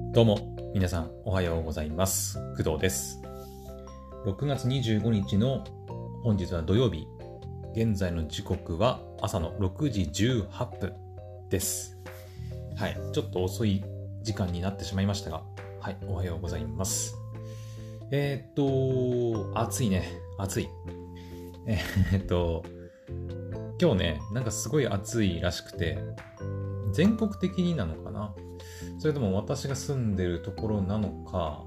どうも皆さんおはようございます。工藤です。6月25日の本日は土曜日。現在の時刻は朝の6時18分です。はい、ちょっと遅い時間になってしまいましたが、はい、おはようございます。暑いね、暑い。今日ね、なんかすごい暑いらしくて、全国的になのかな？それとも私が住んでるところなのか、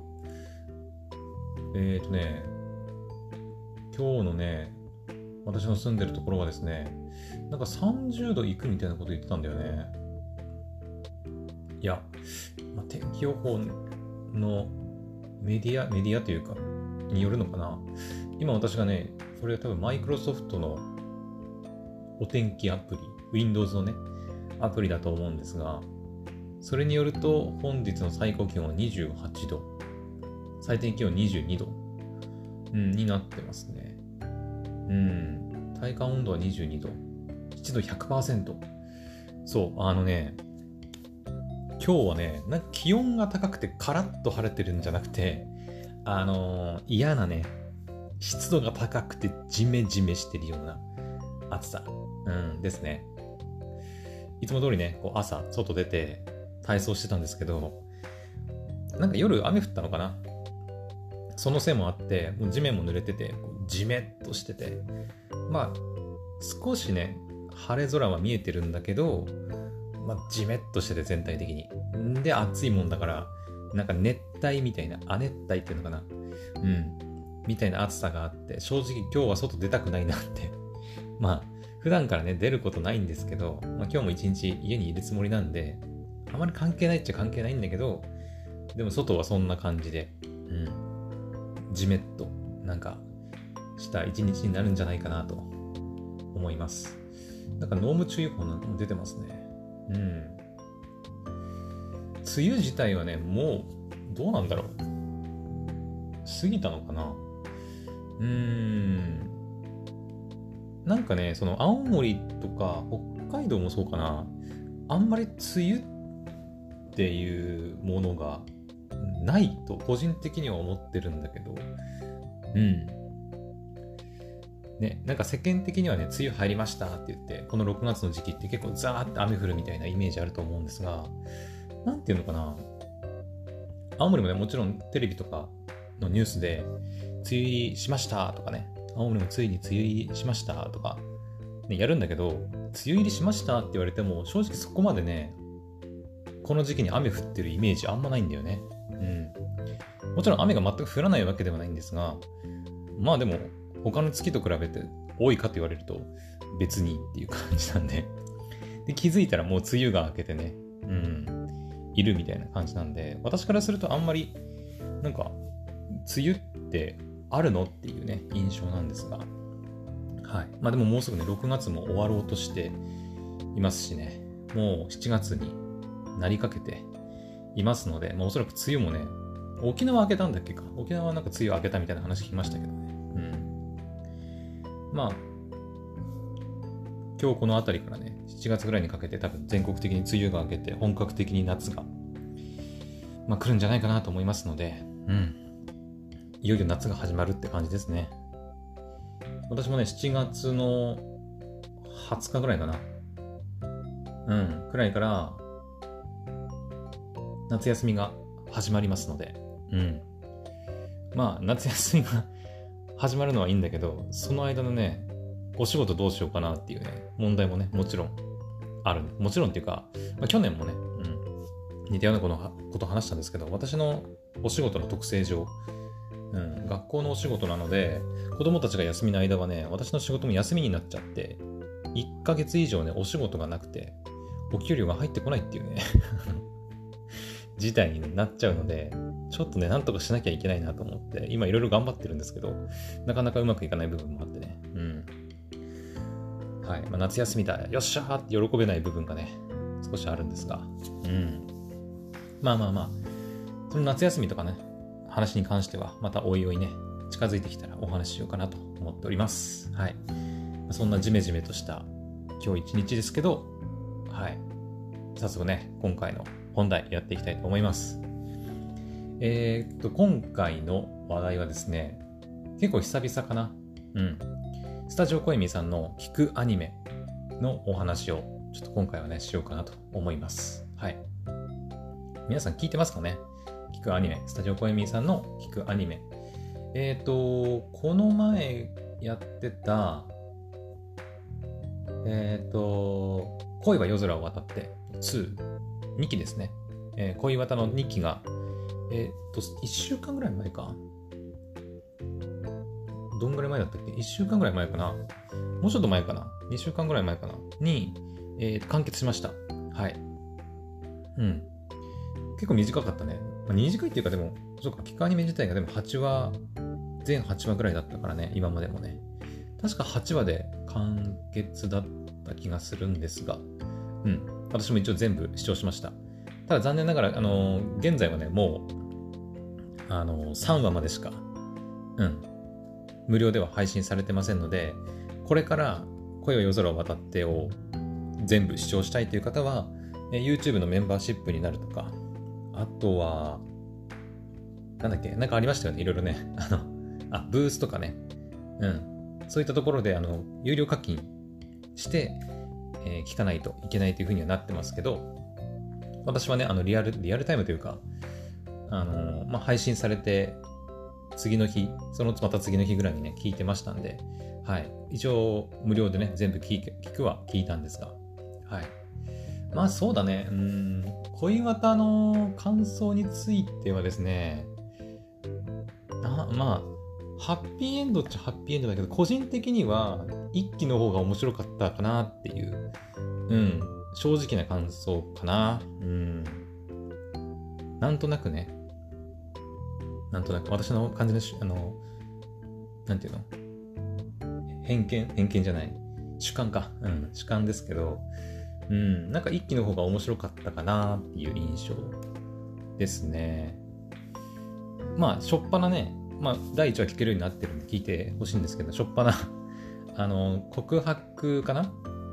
今日のね、私の住んでるところはですね、なんか30度いくみたいなこと言ってたんだよね。いや、天気予報のメディアというか、によるのかな。今私がね、これ多分マイクロソフトのお天気アプリ、Windows のね、アプリだと思うんですが、それによると本日の最高気温は28度、最低気温22度、になってますね。体感温度は22度、湿度 100%。そう、今日はね、なんか気温が高くてカラッと晴れてるんじゃなくて、嫌なね、湿度が高くてジメジメしてるような暑さ、ですね。いつも通りね、こう朝外出て体操してたんですけど、なんか夜雨降ったのかな。そのせいもあって、もう地面も濡れてて、ジメッとしてて、少しね、晴れ空は見えてるんだけど、ジメッとしてて全体的に。で、暑いもんだから、なんか熱帯みたいな、亜熱帯っていうのかな。みたいな暑さがあって、正直今日は外出たくないなって。普段からね、出ることないんですけど、今日も一日家にいるつもりなんで、あまり関係ないっちゃ関係ないんだけど、でも外はそんな感じで、ジメッとなんかした一日になるんじゃないかなと思います。なんか濃霧注意報なんかも出てますね。梅雨自体はね、もうどうなんだろう。過ぎたのかな。なんかね、その青森とか北海道もそうかな。あんまり梅雨っていうものがないと個人的には思ってるんだけど、ね、なんか世間的にはね、梅雨入りましたって言って、この6月の時期って結構ザーって雨降るみたいなイメージあると思うんですが、なんていうのかな、青森もね、もちろんテレビとかのニュースで、梅雨入りしましたとかね、青森もついに梅雨入りしましたとか、ね、やるんだけど、梅雨入りしましたって言われても、正直そこまでね、この時期に雨降ってるイメージあんまないんだよね。もちろん雨が全く降らないわけではないんですが、でも他の月と比べて多いかと言われると別にっていう感じなんで、で気づいたらもう梅雨が明けてね、いるみたいな感じなんで、私からするとあんまりなんか梅雨ってあるのっていうね印象なんですが、でももうすぐね6月も終わろうとしていますしね、もう7月になりかけていますので、おそらく梅雨もね、沖縄明けたんだっけか。沖縄はなんか梅雨明けたみたいな話聞きましたけどね。今日このあたりからね、7月ぐらいにかけて多分全国的に梅雨が明けて本格的に夏が、来るんじゃないかなと思いますので、いよいよ夏が始まるって感じですね。私もね、7月の20日ぐらいかな。くらいから夏休みが始まりますので、夏休みが始まるのはいいんだけど、その間のね、お仕事どうしようかなっていうね、問題もね、もちろんある。もちろんっていうか、去年もね、似たようなことを話したんですけど、私のお仕事の特性上、学校のお仕事なので、子供たちが休みの間はね、私の仕事も休みになっちゃって、1ヶ月以上ね、お仕事がなくて、お給料が入ってこないっていうね、事態になっちゃうので、ちょっとね、なんとかしなきゃいけないなと思って、今いろいろ頑張ってるんですけど、なかなかうまくいかない部分もあってね。夏休みだ、よっしゃーって喜べない部分がね、少しあるんですが、その夏休みとかね、話に関しては、またおいおいね、近づいてきたらお話ししようかなと思っております。そんなジメジメとした今日一日ですけど、早速ね、今回の本題やっていきたいと思います。 今回の話題はですね、結構久々かな。スタジオコエミさんの聞くアニメのお話をちょっと今回はね、しようかなと思います。はい。皆さん聞いてますかね？聞くアニメ。スタジオコエミさんの聞くアニメ。この前やってた、恋は夜空を渡って2期ですね。恋渡の2期が、1週間ぐらい前か。どんぐらい前だったっけ？ 1 週間ぐらい前かな。もうちょっと前かな。2週間ぐらい前かな。に、完結しました。はい。結構短かったね。短いっていうかでも、そうか、聞くアニメ自体がでも全8話ぐらいだったからね、今までもね。確か8話で完結だった気がするんですが、私も一応全部視聴しました。ただ残念ながら、現在はね、もう、3話までしか、無料では配信されてませんので、これから恋は夜空を渡ってを全部視聴したいという方は、YouTube のメンバーシップになるとか、あとは、なんかありましたよね、いろいろね。ブースとかね。そういったところで、有料課金して、聞かないといけないというふうにはなってますけど、私はね、リアルタイムというか、配信されて、次の日、そのまた次の日ぐらいにね、聞いてましたんで、はい。一応、無料でね、全部聞いたんですが、はい。まあそうだね、恋渡の感想についてはですね、ハッピーエンドっちゃハッピーエンドだけど、個人的には一期の方が面白かったかなっていう、正直な感想かな。なんとなく私の感じのなんていうの、偏見じゃない、主観か。主観ですけど、なんか一期の方が面白かったかなっていう印象ですね。しょっぱなね、第1話聞けるようになってるんで聞いてほしいんですけど、しょっぱな告白かな。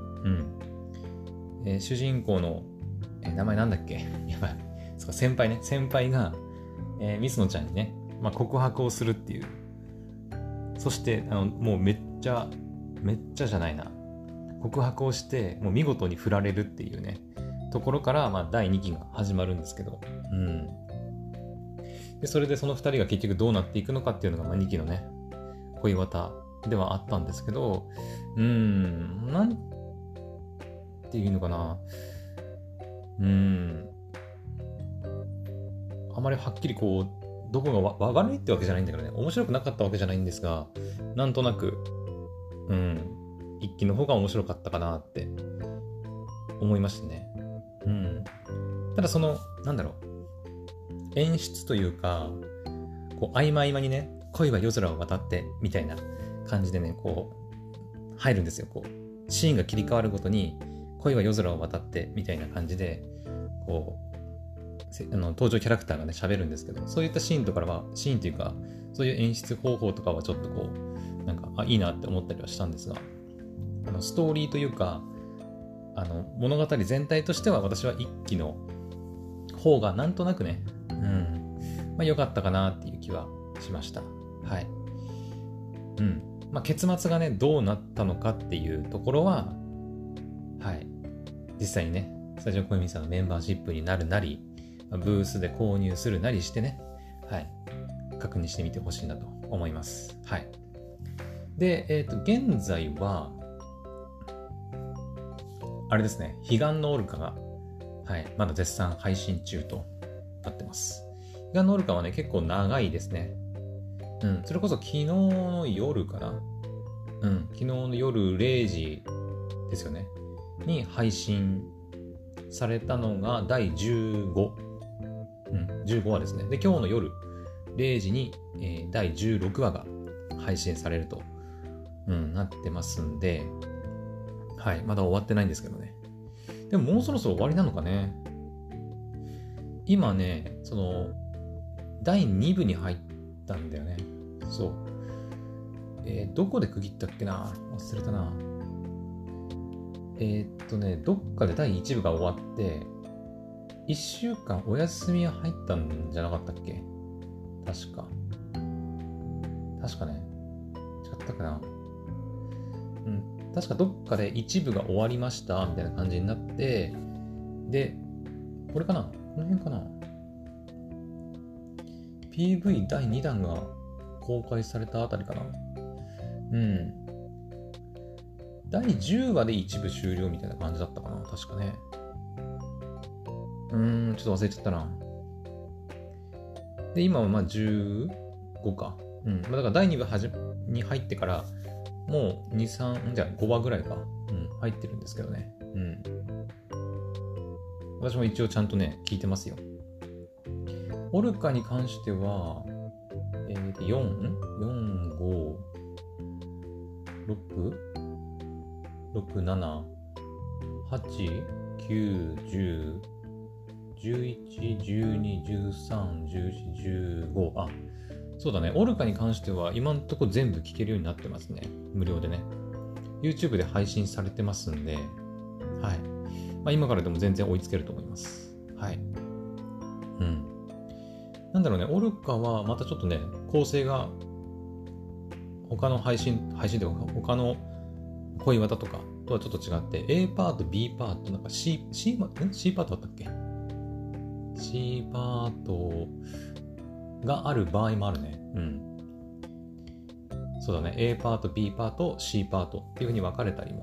主人公の、名前なんだっけ？やばい。先輩が、ミスノちゃんにね、告白をするっていう。そして、もうめっちゃじゃないな。告白をして、もう見事に振られるっていうね、ところから、第2期が始まるんですけど、で、それでその2人が結局どうなっていくのかっていうのが、2期のね、恋渡ではあったんですけど、なんていうのかな。あまりはっきりこう、どこが悪いってわけじゃないんだけどね、面白くなかったわけじゃないんですが、なんとなく、一期の方が面白かったかなって思いましたね。ただ演出というか、こう合間合間にね、恋は夜空を渡ってみたいな感じでね、こう入るんですよ。こうシーンが切り替わるごとに恋は夜空を渡ってみたいな感じで、こう登場キャラクターがね喋るんですけど、そういったシーンというか、そういう演出方法とかはちょっとこういいなって思ったりはしたんですが、ストーリーというか物語全体としては私は一期の方がなんとなくね、良かったかなっていう気はしました。はい。結末がね、どうなったのかっていうところは、はい。実際にね、スタジオコエミさんのメンバーシップになるなり、ブースで購入するなりしてね、はい。確認してみてほしいなと思います。はい。で、現在は、あれですね、彼岸のオルカが、はい、まだ絶賛配信中となってます。彼岸のオルカはね、結構長いですね。それこそ昨日の夜かな。昨日の夜0時ですよね。に配信されたのが第15。15話ですね。で、今日の夜0時に、第16話が配信されると、なってますんで、はい、まだ終わってないんですけどね。でももうそろそろ終わりなのかね。今ね、第2部に入ったんだよね。そう。どこで区切ったっけな？忘れたな。どっかで第1部が終わって、1週間お休みが入ったんじゃなかったっけ？ 確か。確かね。違ったかな。うん。確かどっかで一部が終わりましたみたいな感じになって、で、これかな、この辺かな、 PV 第2弾が公開されたあたりかな。うん。第10話で一部終了みたいな感じだったかな、確かね。ちょっと忘れちゃったな。で、今はまあ15か。だから第2話に入ってから、もう2、3、じゃあ5話ぐらいか。入ってるんですけどね。私も一応ちゃんとね、聞いてますよ。オルカに関しては、4、5、6、6、7、8、9、10、11、12、13、14、15。あ、そうだね。オルカに関しては今んとこ全部聞けるようになってますね。無料でね。YouTube で配信されてますんで、はい。今からでも全然追いつけると思います。はい。なんだろうね、オルカはまたちょっとね、構成が他の配信というか他の恋綿とかとはちょっと違って、A パート、B パート、なんか C パートあったっけ？ C パートがある場合もあるね。そうだね。A パート、B パート、C パートっていう風に分かれたりも、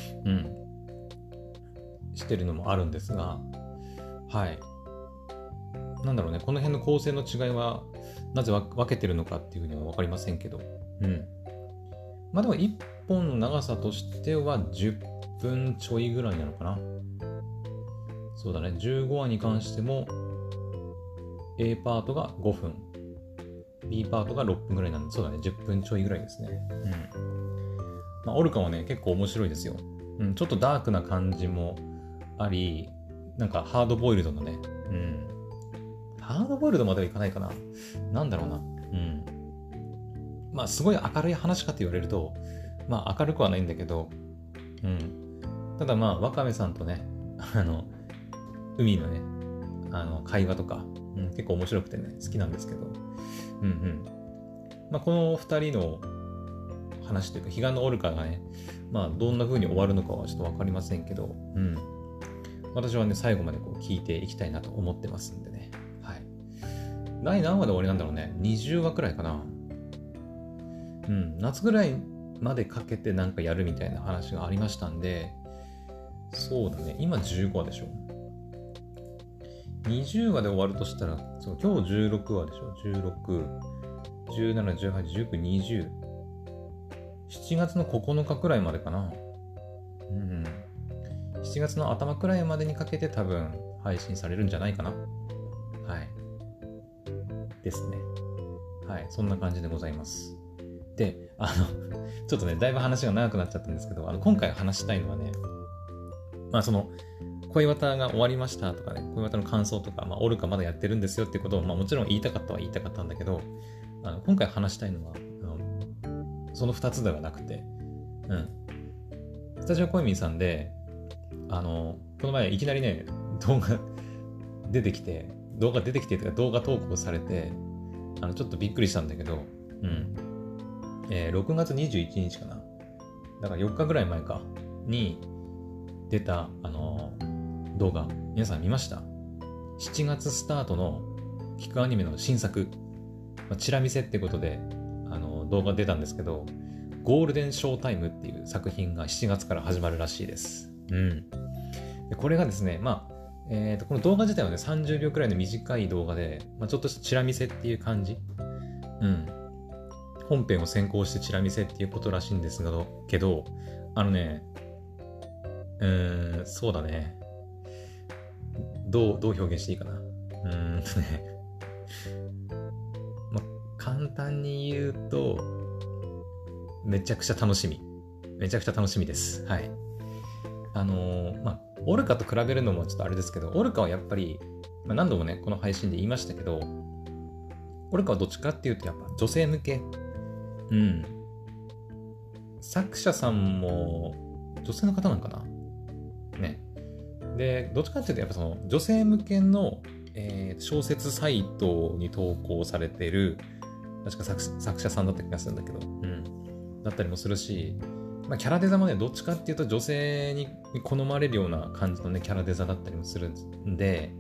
してるのもあるんですが、はい。なんだろうね、この辺の構成の違いはなぜ分けてるのかっていう風には分かりませんけど、まあでも1本の長さとしては10分ちょいぐらいなのかな。そうだね、15話に関しても A パートが5分、B パートが6分ぐらいなんで、そうだね、10分ちょいぐらいですね。オルカはね、結構面白いですよ。ちょっとダークな感じもあり、なんかハードボイルドのね、ハードボイルドまではいかないかな。なんだろうな。すごい明るい話かって言われると、明るくはないんだけど、ただワカメさんとね、海のね、会話とか、結構面白くてね、好きなんですけど、この二人の話というか、彼岸のオルカがね、どんな風に終わるのかはちょっとわかりませんけど、私はね、最後までこう聞いていきたいなと思ってますんでね。はい。第何話で終わりなんだろうね。20話くらいかな。夏ぐらいまでかけてなんかやるみたいな話がありましたんで、そうだね。今15話でしょ。20話で終わるとしたら、そう今日16話でしょ。16、17、18、19、20。7月の9日くらいまでかな。7月の頭くらいまでにかけて多分配信されるんじゃないかな。はい。ですね。はい。そんな感じでございます。で、ちょっとね、だいぶ話が長くなっちゃったんですけど、今回話したいのはね、その、恋綿が終わりましたとかね、恋綿の感想とか、オルカまだやってるんですよっていうことを、もちろん言いたかったんだけど、今回話したいのは、その2つではなくて、スタジオコイミンさんで、この前いきなりね、動画出てきてというか動画投稿されて、ちょっとびっくりしたんだけど、6月21日かな。だから4日ぐらい前かに出た、動画、皆さん見ました？ 7 月スタートのキックアニメの新作、チラ見せってことで、動画出たんですけど、ゴールデンショータイムっていう作品が7月から始まるらしいです。でこれがですね、この動画自体はね、30秒くらいの短い動画で、ちょっとしたチラ見せっていう感じ。本編を先行してチラ見せっていうことらしいんですけど、そうだね。どう表現していいかな。簡単に言うと、めちゃくちゃ楽しみです。はい。オルカと比べるのもちょっとあれですけど、オルカはやっぱり、何度もね、この配信で言いましたけど、オルカはどっちかっていうとやっぱ女性向け。作者さんも女性の方なんかなね。で、どっちかっていうとやっぱその女性向けの小説サイトに投稿されてる、確か作者さんだった気がするんだけど、だったりもするし、キャラデザもね、どっちかっていうと女性に好まれるような感じのね、キャラデザだったりもするんで、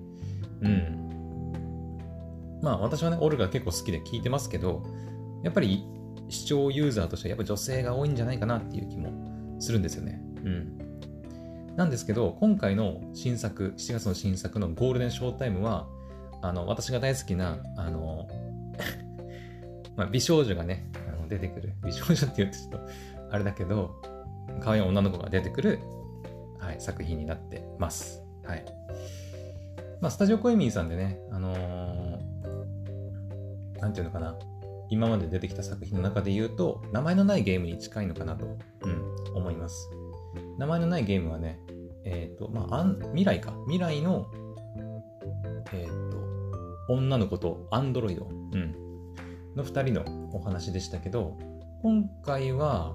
私はね、オルガ結構好きで聞いてますけど、やっぱり視聴ユーザーとしてはやっぱ女性が多いんじゃないかなっていう気もするんですよね。なんですけど、今回の新作、7月の新作のゴールデンショータイムは、私が大好きな、美少女がね、出てくる。美少女って言うとちょっとあれだけど、可愛い女の子が出てくる、作品になってます。スタジオコエミーさんでね、なんていうのかな、今まで出てきた作品の中で言うと、名前のないゲームに近いのかなと、思います。名前のないゲームはね、未来か。未来の、女の子とアンドロイド、の2人のお話でしたけど、今回は、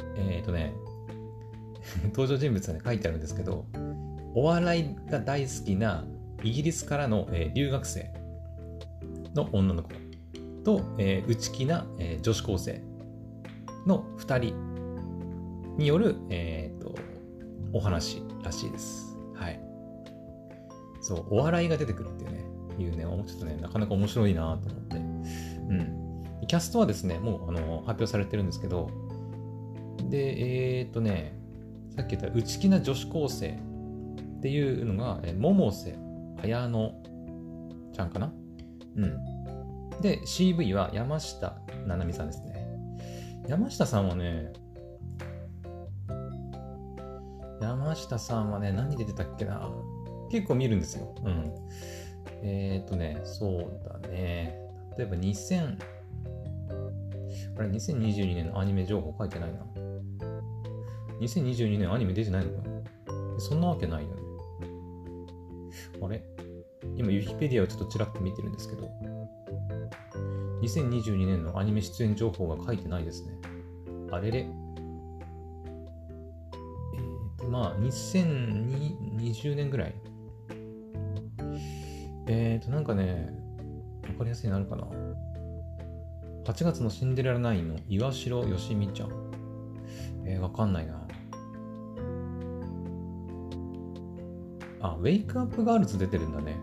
登場人物がね、書いてあるんですけど、お笑いが大好きなイギリスからの、留学生の女の子と、内気な、女子高生の2人による、お話らしいです。そう、お笑いが出てくるっていうね、ちょっとね、なかなか面白いなと思って。キャストはですね、もう発表されてるんですけど、で、さっき言った内気な女子高生っていうのが、百瀬綾乃ちゃんかな。で、CV は山下七海さんですね。山下さんはね、何出てたっけな。結構見るんですよ。そうだね。例えば2022年のアニメ情報書いてないな。2022年アニメ出てないのかな。そんなわけないよね。あれ？今、ウィキペディアをちょっとちらっと見てるんですけど、2022年のアニメ出演情報が書いてないですね。あれれ。2020年ぐらい。なんかね、わかりやすいのあるかな。8月のシンデレラ9の岩城よしみちゃん。わかんないな。あ、ウェイクアップガールズ出てるんだね。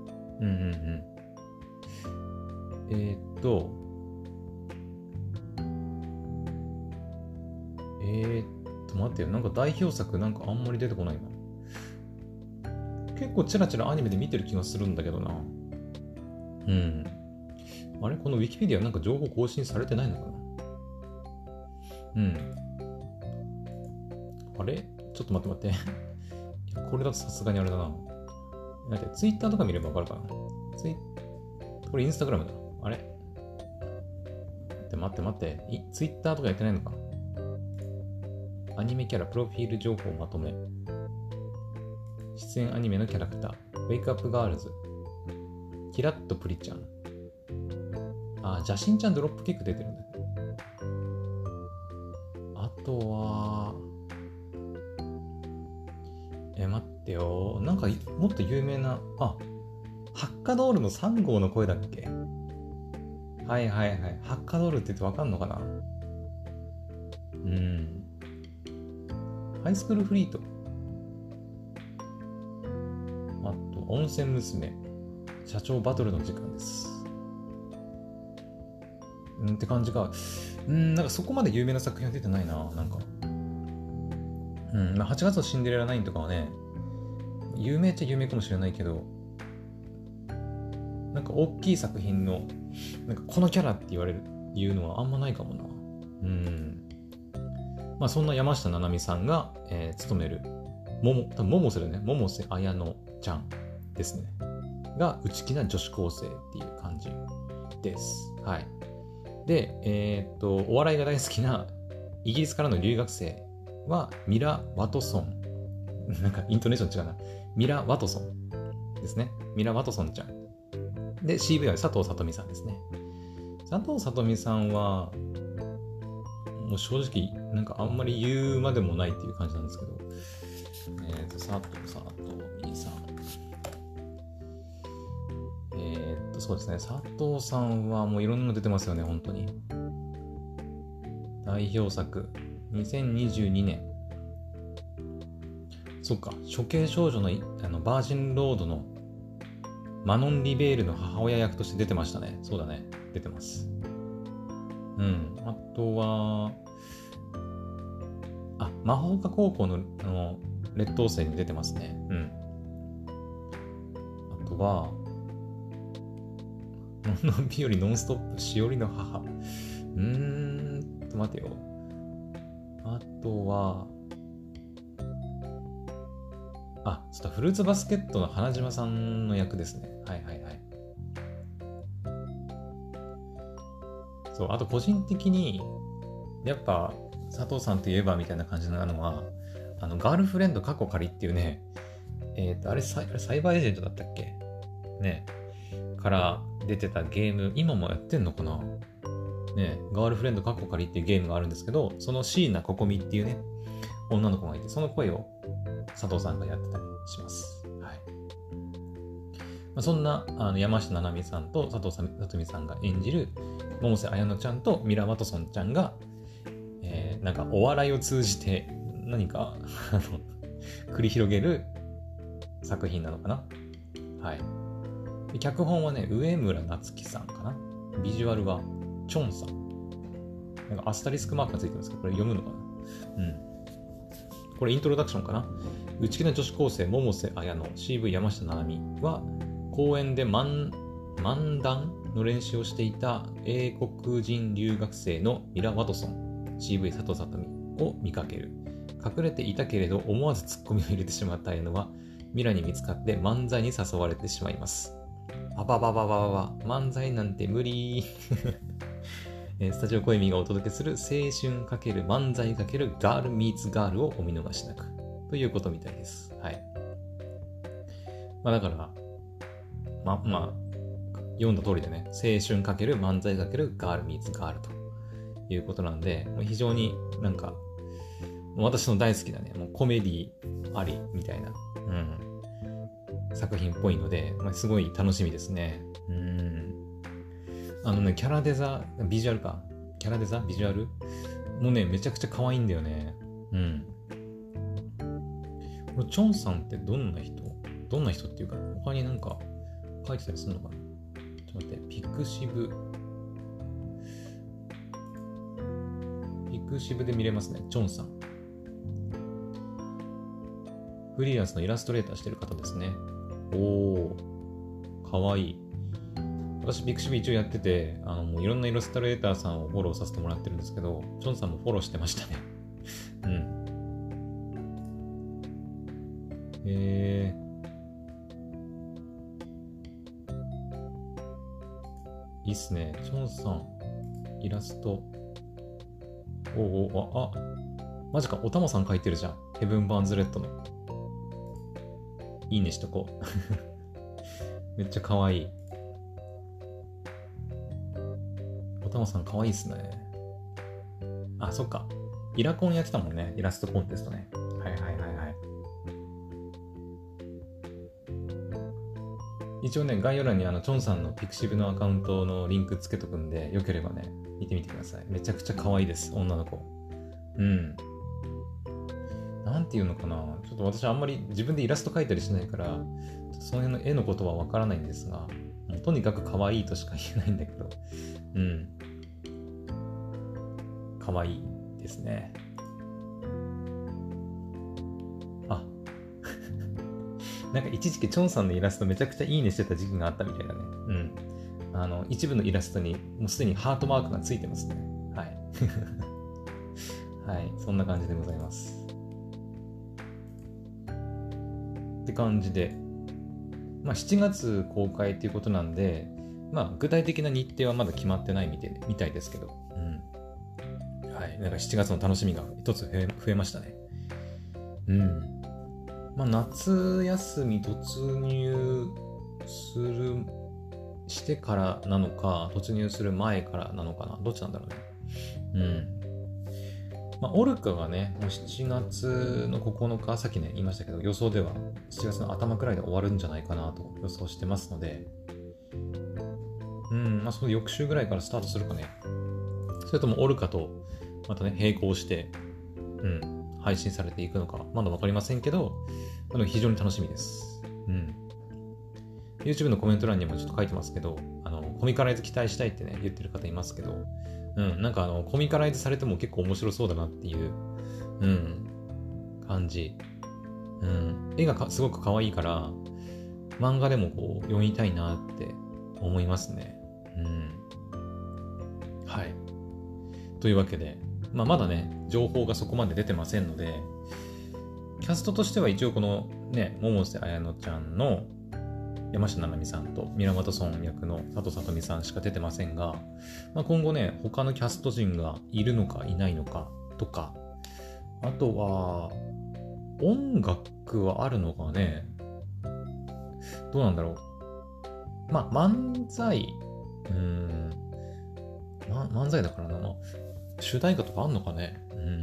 待ってよ。なんか代表作なんかあんまり出てこないな。結構チラチラアニメで見てる気がするんだけどな。あれこのウィキペディアなんか情報更新されてないのかな。あれちょっと待って。いやこれだとさすがにあれだな。待って、ツイッターとか見ればわかるかな。これインスタグラムだ。あれ待って。ツイッターとかやってないのか。アニメキャラプロフィール情報まとめ。出演アニメのキャラクター。ウェイクアップガールズ。キラッとプリちゃん。ジャシンちゃんドロップキック出てるんだ。あとは、待ってよ。なんかもっと有名な、ハッカドールの3号の声だっけ？ハッカドールって言ってわかんのかな？ハイスクールフリート。あと、温泉娘。社長バトルの時間です。って感じか。なんかそこまで有名な作品は出てないな。なんか。8月のシンデレラ9とかはね、有名っちゃ有名かもしれないけど、なんか大きい作品の、なんかこのキャラって言うのはあんまないかもな。そんな山下七海さんが、務める、百瀬だね。百瀬綾乃ちゃんですね。が内気な女子高生っていう感じです。で、お笑いが大好きなイギリスからの留学生はミラ・ワトソン。なんかイントネーション違うな。ミラ・ワトソンですね。ミラ・ワトソンちゃん。で、CV は佐藤さとみさんですね。佐藤さとみさんは、もう正直、なんかあんまり言うまでもないっていう感じなんですけど、佐藤みさん。 そうですね。佐藤さんはもういろんなの出てますよね、本当に。代表作、2022年。そっか、処刑少女のバージンロードのマノン・リベールの母親役として出てましたね。そうだね。出てます。うん。あとは、魔法科高校の劣等生に出てますね。うん。あとは、のんのんびよりノンストップ、しおりの母。待てよ。あとは、ちょっとフルーツバスケットの花島さんの役ですね。はいはいはい。そう、あと個人的に、やっぱ、佐藤さんといえばみたいな感じなのは、ガールフレンド過去仮っていうね、あれサイバーエージェントだったっけね。から出てたゲーム、今もやってんのかなね、ガールフレンド過去仮っていうゲームがあるんですけど、その椎名ココミっていうね、女の子がいて、その声を佐藤さんがやってたりします。はい。そんな山下七海さんと佐藤さとみさんが演じる百瀬綾乃ちゃんとミラ・ワトソンちゃんが、なんかお笑いを通じて何か繰り広げる作品なのかな。はい。脚本はね、上村夏樹さんかな。ビジュアルはチョンさん。なんかアスタリスクマークがついてるんですけど、これ読むのかな。うん。これイントロダクションかな。内気な女子高生百瀬綾乃 CV 山下七海は公園で漫談の練習をしていた英国人留学生のミラ・ワトソン CV 佐藤さとみを見かける。隠れていたけれど思わずツッコミを入れてしまった綾乃はミラに見つかって漫才に誘われてしまいます。漫才なんて無理スタジオコエミがお届けする青春×漫才×ガールミーツガールをお見逃しなくということみたいです。はい。だから、読んだ通りでね、青春×漫才×ガールミーツガールということなんで、非常になんか、私の大好きなね、もうコメディありみたいな、作品っぽいので、すごい楽しみですね。キャラデザ、ビジュアルか。キャラデザ、ビジュアルもね、めちゃくちゃ可愛いんだよね。これチョンさんってどんな人っていうか、他になんか書いてたりするのかな。ちょっと待って、ピクシブで見れますね。チョンさん。フリーランスのイラストレーターしてる方ですね。かわいい。私、ピクシブ一応やってて、もういろんなイラストレーターさんをフォローさせてもらってるんですけど、チョンさんもフォローしてましたね。いいっすね。チョンさん、イラスト。マジか、おたまさん書いてるじゃん。ヘブン・バーンズ・レッドの。いいねしとこう。めっちゃ可愛い。おたまさん可愛いっすね。そっか。イラコンやってたもんね。イラストコンテストね。はい。一応ね、概要欄にチョンさんのピクシブのアカウントのリンクつけとくんで、よければね、見てみてください。めちゃくちゃ可愛いです、女の子。なんていうのかな。ちょっと私あんまり自分でイラスト描いたりしないから、その辺の絵のことはわからないんですが、もうとにかく可愛いとしか言えないんだけど、可愛いですね。なんか一時期チョンさんのイラストめちゃくちゃいいねしてた時期があったみたいだね。一部のイラストにもうすでにハートマークがついてますね。はい。はい、そんな感じでございます。って感じで、7月公開っていうことなんで、具体的な日程はまだ決まってないみたいですけど、はい、なんか7月の楽しみが一つ増えましたね。夏休み突入してからなのか、突入する前からなのかな、どっちなんだろうね。オルカがね、もう7月の9日、さっきね、言いましたけど、予想では7月の頭くらいで終わるんじゃないかなと予想してますので、 その翌週ぐらいからスタートするかね。それともオルカとまたね、並行して、配信されていくのか、まだわかりませんけど、非常に楽しみです。YouTube のコメント欄にもちょっと書いてますけど、コミカライズ期待したいってね、言ってる方いますけど、なんかコミカライズされても結構面白そうだなっていう、感じ。絵がすごく可愛いから、漫画でもこう読みたいなって思いますね。はい。というわけで、まだね、情報がそこまで出てませんので、キャストとしては一応このね、百瀬綾乃ちゃんの山下七海さんとミラマトソン役の佐藤さとみさんしか出てませんが、今後ね、他のキャスト陣がいるのかいないのかとか、あとは、音楽はあるのかね、どうなんだろう。漫才、漫才だからな、主題歌とかあんのかね。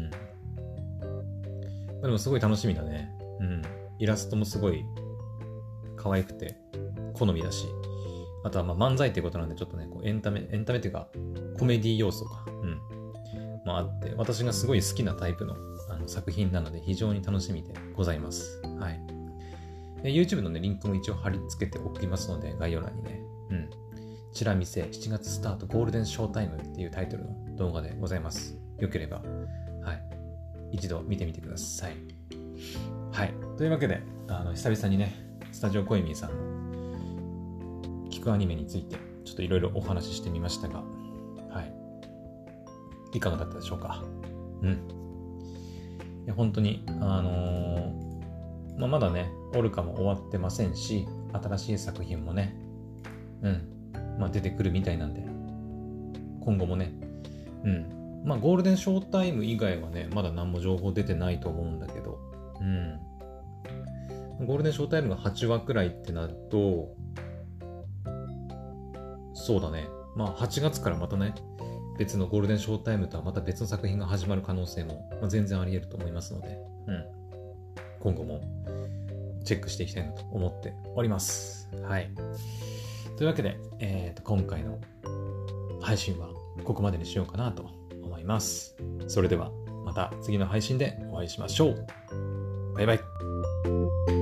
でもすごい楽しみだね。イラストもすごい可愛くて好みだし、あとは漫才っていうことなんでちょっとね、こうエンタメっていうかコメディ要素が、あって、私がすごい好きなタイプの、作品なので非常に楽しみでございます。はい。YouTube のね、リンクも一応貼り付けておきますので、概要欄にね。チラ見せ7月スタートゴールデンショータイムっていうタイトルの動画でございます。よければ、はい。一度見てみてください。はい。というわけで、久々にね、スタジオコイミーさんの聞くアニメについて、ちょっといろいろお話ししてみましたが、はい。いかがだったでしょうか。いや本当に、まだね、オルカも終わってませんし、新しい作品もね、出てくるみたいなんで、今後もね、ゴールデンショータイム以外はね、まだ何も情報出てないと思うんだけど、ゴールデンショータイムが8話くらいってなると、そうだね、8月からまたね、別のゴールデンショータイムとはまた別の作品が始まる可能性も、全然あり得ると思いますので、今後もチェックしていきたいなと思っております。はい。というわけで、今回の配信はここまでにしようかなと思います。それではまた次の配信でお会いしましょう。バイバイ。